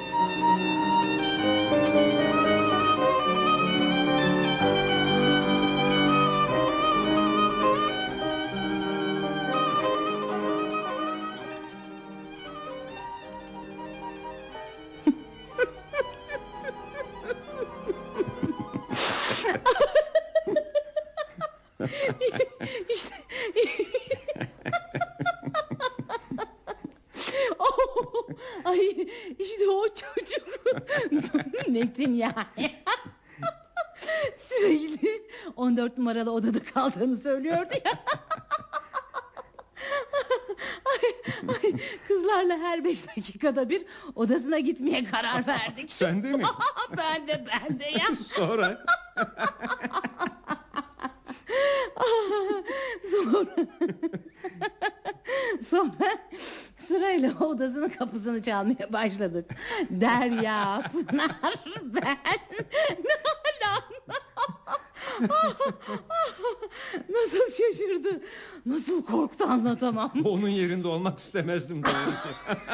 İşte. Oh, ay, işte o çocuk. Metin yani. Sürekli 14 numaralı odada kaldığını söylüyordu ya. Ay, kızlarla her 5 dakikada bir odasına gitmeye karar verdik. Sen de mi? Ben de ya. Sonra? Sonra sırayla odasının kapısını çalmaya başladık. Derya, Pınar, ben, Nalan. Nasıl şaşırdı, nasıl korktu anlatamam. Onun yerinde olmak istemezdim doğrusu.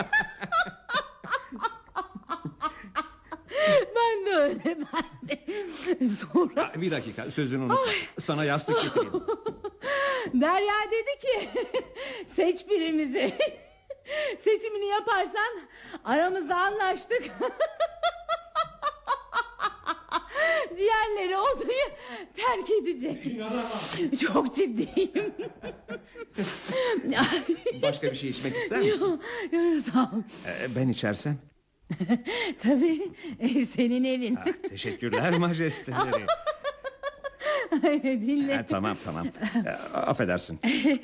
Ben de öyle, ben de. Sonra... Bir dakika, sözünü unutma. Sana yastık getireyim. Derya dedi ki seç birimizi. Seçimini yaparsan aramızda anlaştık. Diğerleri odayı terk edecek. Çok ciddiyim. Başka bir şey içmek ister misin? Yok, sağ ol. Ben içersem? Tabii, ev senin evin. Teşekkürler majesteleri. Dinle. Tamam. Affedersin.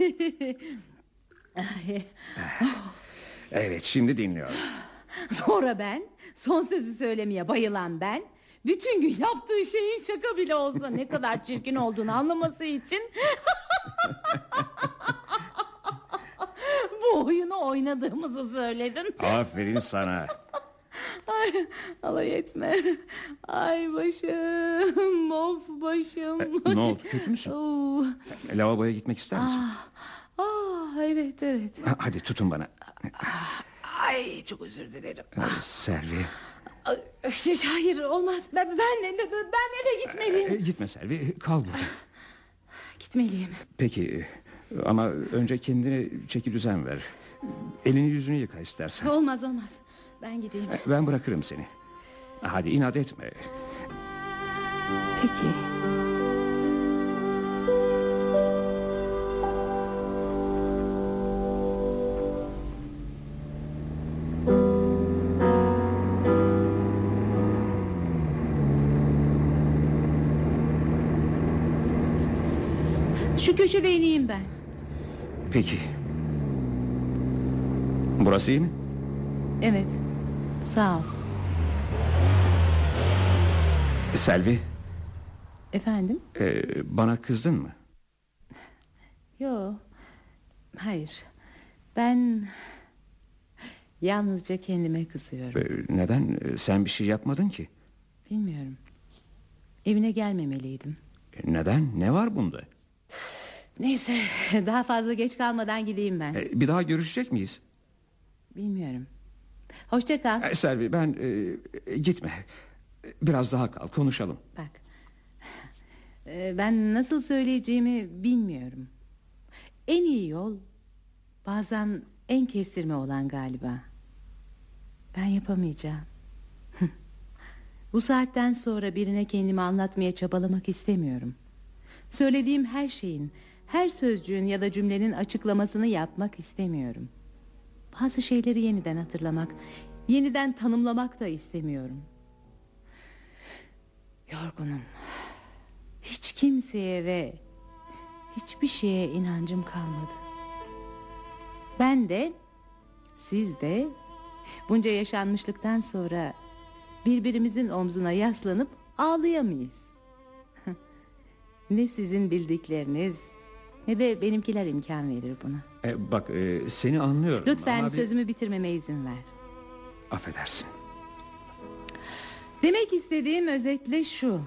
Evet, şimdi dinliyorum. Sonra ben, son sözü söylemeye bayılan ben, bütün gün yaptığı şeyin şaka bile olsa ne kadar çirkin olduğunu anlaması için bu oyunu oynadığımızı söyledim. Aferin sana. Ay, alay etme. Ay başım, of başım. Ne oldu, kötü müsün? Lavaboya gitmek ister misin? Evet. Hadi tutun bana. Ay çok özür dilerim. Selvi. Hayır olmaz. Ben eve gitmeliyim. Gitme Selvi, kal burada. Gitmeliyim. Peki ama önce kendine çeki düzen ver. Elini yüzünü yıka istersen. Olmaz. Ben gideyim. Ben bırakırım seni. Hadi inat etme. Peki. Şu köşede ineyim ben. Peki. Burası iyi mi? Evet. Sağ ol. Selvi. Efendim? Bana kızdın mı? Yo. Hayır. Ben yalnızca kendime kızıyorum. Neden? Sen bir şey yapmadın ki. Bilmiyorum. Evine gelmemeliydim. Neden? Ne var bunda? Neyse, daha fazla geç kalmadan gideyim ben. Bir daha görüşecek miyiz? Bilmiyorum. Hoşça kal. Selvi, ben gitme. Biraz daha kal, konuşalım. Bak. Ben nasıl söyleyeceğimi bilmiyorum. En iyi yol bazen en kestirme olan galiba. Ben yapamayacağım. Bu saatten sonra birine kendimi anlatmaya çabalamak istemiyorum. Söylediğim her şeyin, her sözcüğün ya da cümlenin açıklamasını yapmak istemiyorum. Bazı şeyleri yeniden hatırlamak, yeniden tanımlamak da istemiyorum. Yorgunum. Hiç kimseye ve hiçbir şeye inancım kalmadı. Ben de, siz de bunca yaşanmışlıktan sonra birbirimizin omzuna yaslanıp ağlayamayız. Ne sizin bildikleriniz ne de benimkiler imkan verir buna. Bak, seni anlıyorum. Lütfen ama sözümü bitirmeme izin ver. Affedersin. Demek istediğim özetle şu.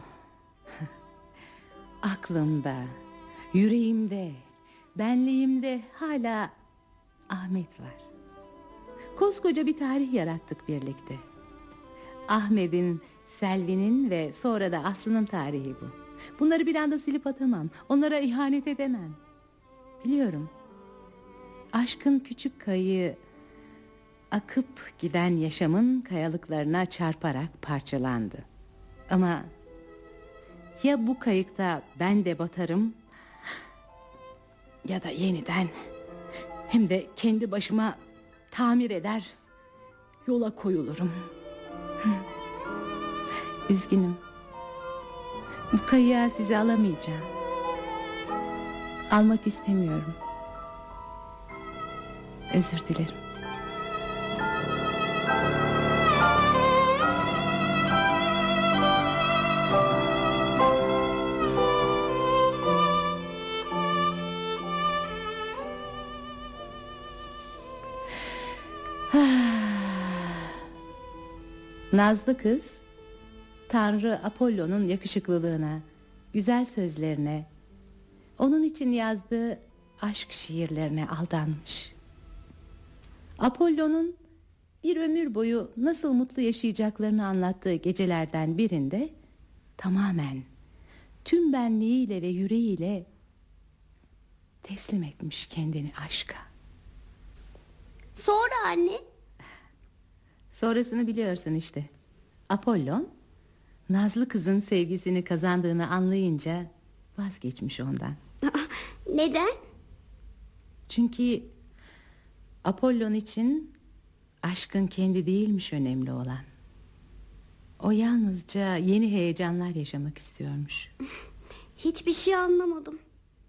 Aklımda, yüreğimde, benliğimde hala Ahmet var. Koskoca bir tarih yarattık birlikte. Ahmet'in, Selvi'nin ve sonra da Aslı'nın tarihi bu. Bunları bir anda silip atamam. Onlara ihanet edemem. Biliyorum. Aşkın küçük kayığı akıp giden yaşamın kayalıklarına çarparak parçalandı. Ama ya bu kayıkta ben de batarım ya da yeniden hem de kendi başıma tamir eder yola koyulurum. Üzgünüm. Bu kayığa sizi alamayacağım. Almak istemiyorum. Özür dilerim. Nazlı kız Tanrı Apollo'nun yakışıklılığına, güzel sözlerine, onun için yazdığı aşk şiirlerine aldanmış. Apollo'nun bir ömür boyu nasıl mutlu yaşayacaklarını anlattığı gecelerden birinde tamamen tüm benliğiyle ve yüreğiyle teslim etmiş kendini aşka. Sonra anne? Sonrasını biliyorsun işte. Apollon Nazlı kızın sevgisini kazandığını anlayınca vazgeçmiş ondan. Neden? Çünkü Apollon için aşkın kendi değilmiş önemli olan. O yalnızca yeni heyecanlar yaşamak istiyormuş. Hiçbir şey anlamadım.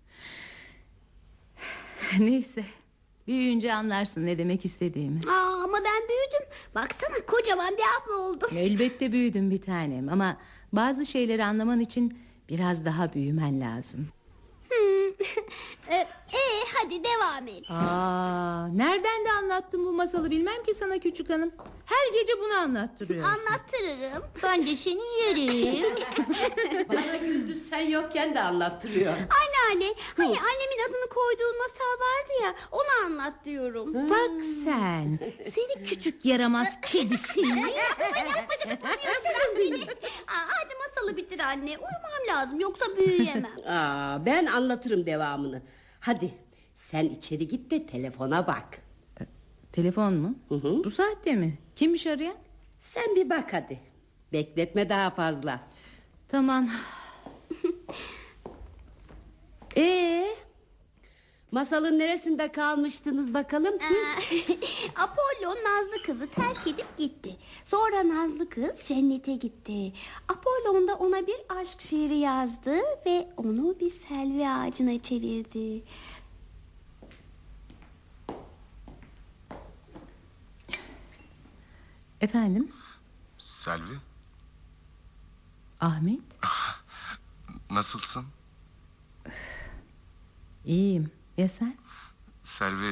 Neyse, büyüyünce anlarsın ne demek istediğimi. Ama ben büyüdüm. Baksana kocaman bir abla oldum. Elbette büyüdüm bir tanem ama bazı şeyleri anlaman için biraz daha büyümen lazım. Hadi hadi devam et. Nereden de anlattın bu masalı bilmem ki sana küçük hanım. Her gece bunu anlattırıyorsun. Anlattırırım. Ben de seni yerim. Bana Gündüz sen yokken de anlattırıyor. Anneanne, hani annemin adını koyduğun masal vardı ya, onu anlat diyorum. Bak sen, seni küçük yaramaz kedisi. Hadi masalı bitir anne. Uyumam lazım, yoksa büyüyemem. Ben anlatırım devamını. Hadi sen içeri git de telefona bak. Telefon mu? Hı. Bu saatte mi? Kimmiş arayan? Sen bir bak hadi. Bekletme daha fazla. Tamam. Masalın neresinde kalmıştınız bakalım? Apollo Nazlı kızı terk edip gitti. Sonra Nazlı kız cennete gitti. Apollon da ona bir aşk şiiri yazdı ve onu bir selvi ağacına çevirdi. Efendim? Selvi, Ahmet? nasılsın? İyiyim. Ya sen? Selvi,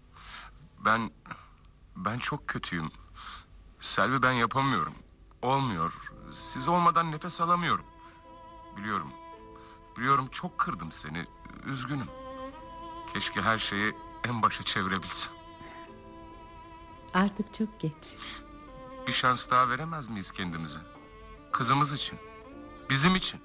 ben çok kötüyüm. Selvi, ben yapamıyorum. Olmuyor. Siz olmadan nefes alamıyorum. Biliyorum çok kırdım seni. Üzgünüm. Keşke her şeyi en başa çevirebilsem. Artık çok geç. Bir şans daha veremez miyiz kendimize? Kızımız için. Bizim için.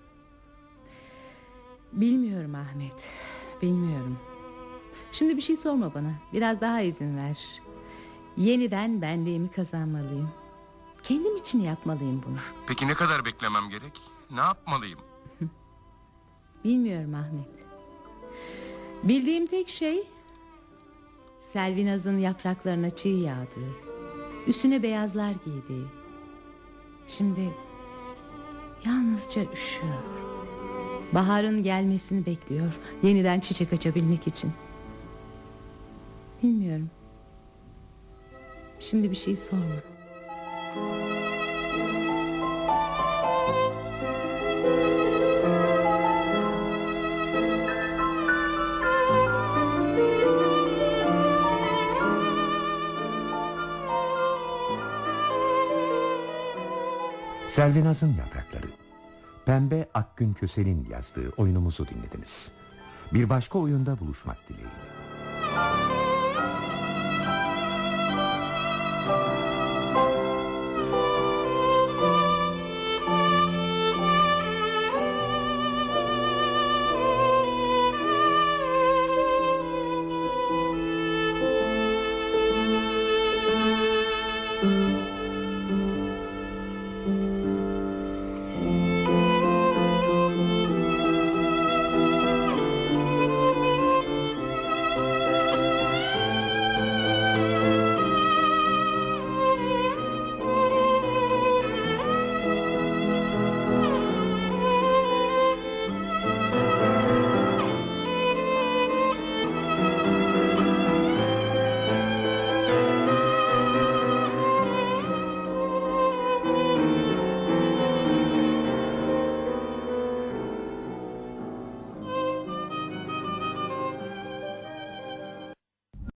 Bilmiyorum Ahmet. Bilmiyorum. Şimdi bir şey sorma bana. Biraz daha izin ver. Yeniden benliğimi kazanmalıyım. Kendim için yapmalıyım bunu. Peki ne kadar beklemem gerek? Ne yapmalıyım? Bilmiyorum Ahmet. Bildiğim tek şey Selvinaz'ın yapraklarına çiğ yağdığı, üstüne beyazlar giydiği. Şimdi yalnızca üşüyor. Baharın gelmesini bekliyor, yeniden çiçek açabilmek için. Bilmiyorum. Şimdi bir şey sorma. Selvinaz'ın yaprakları. Pembe Akgün Kösel'in yazdığı oyunumuzu dinlediniz. Bir başka oyunda buluşmak dileğiyle.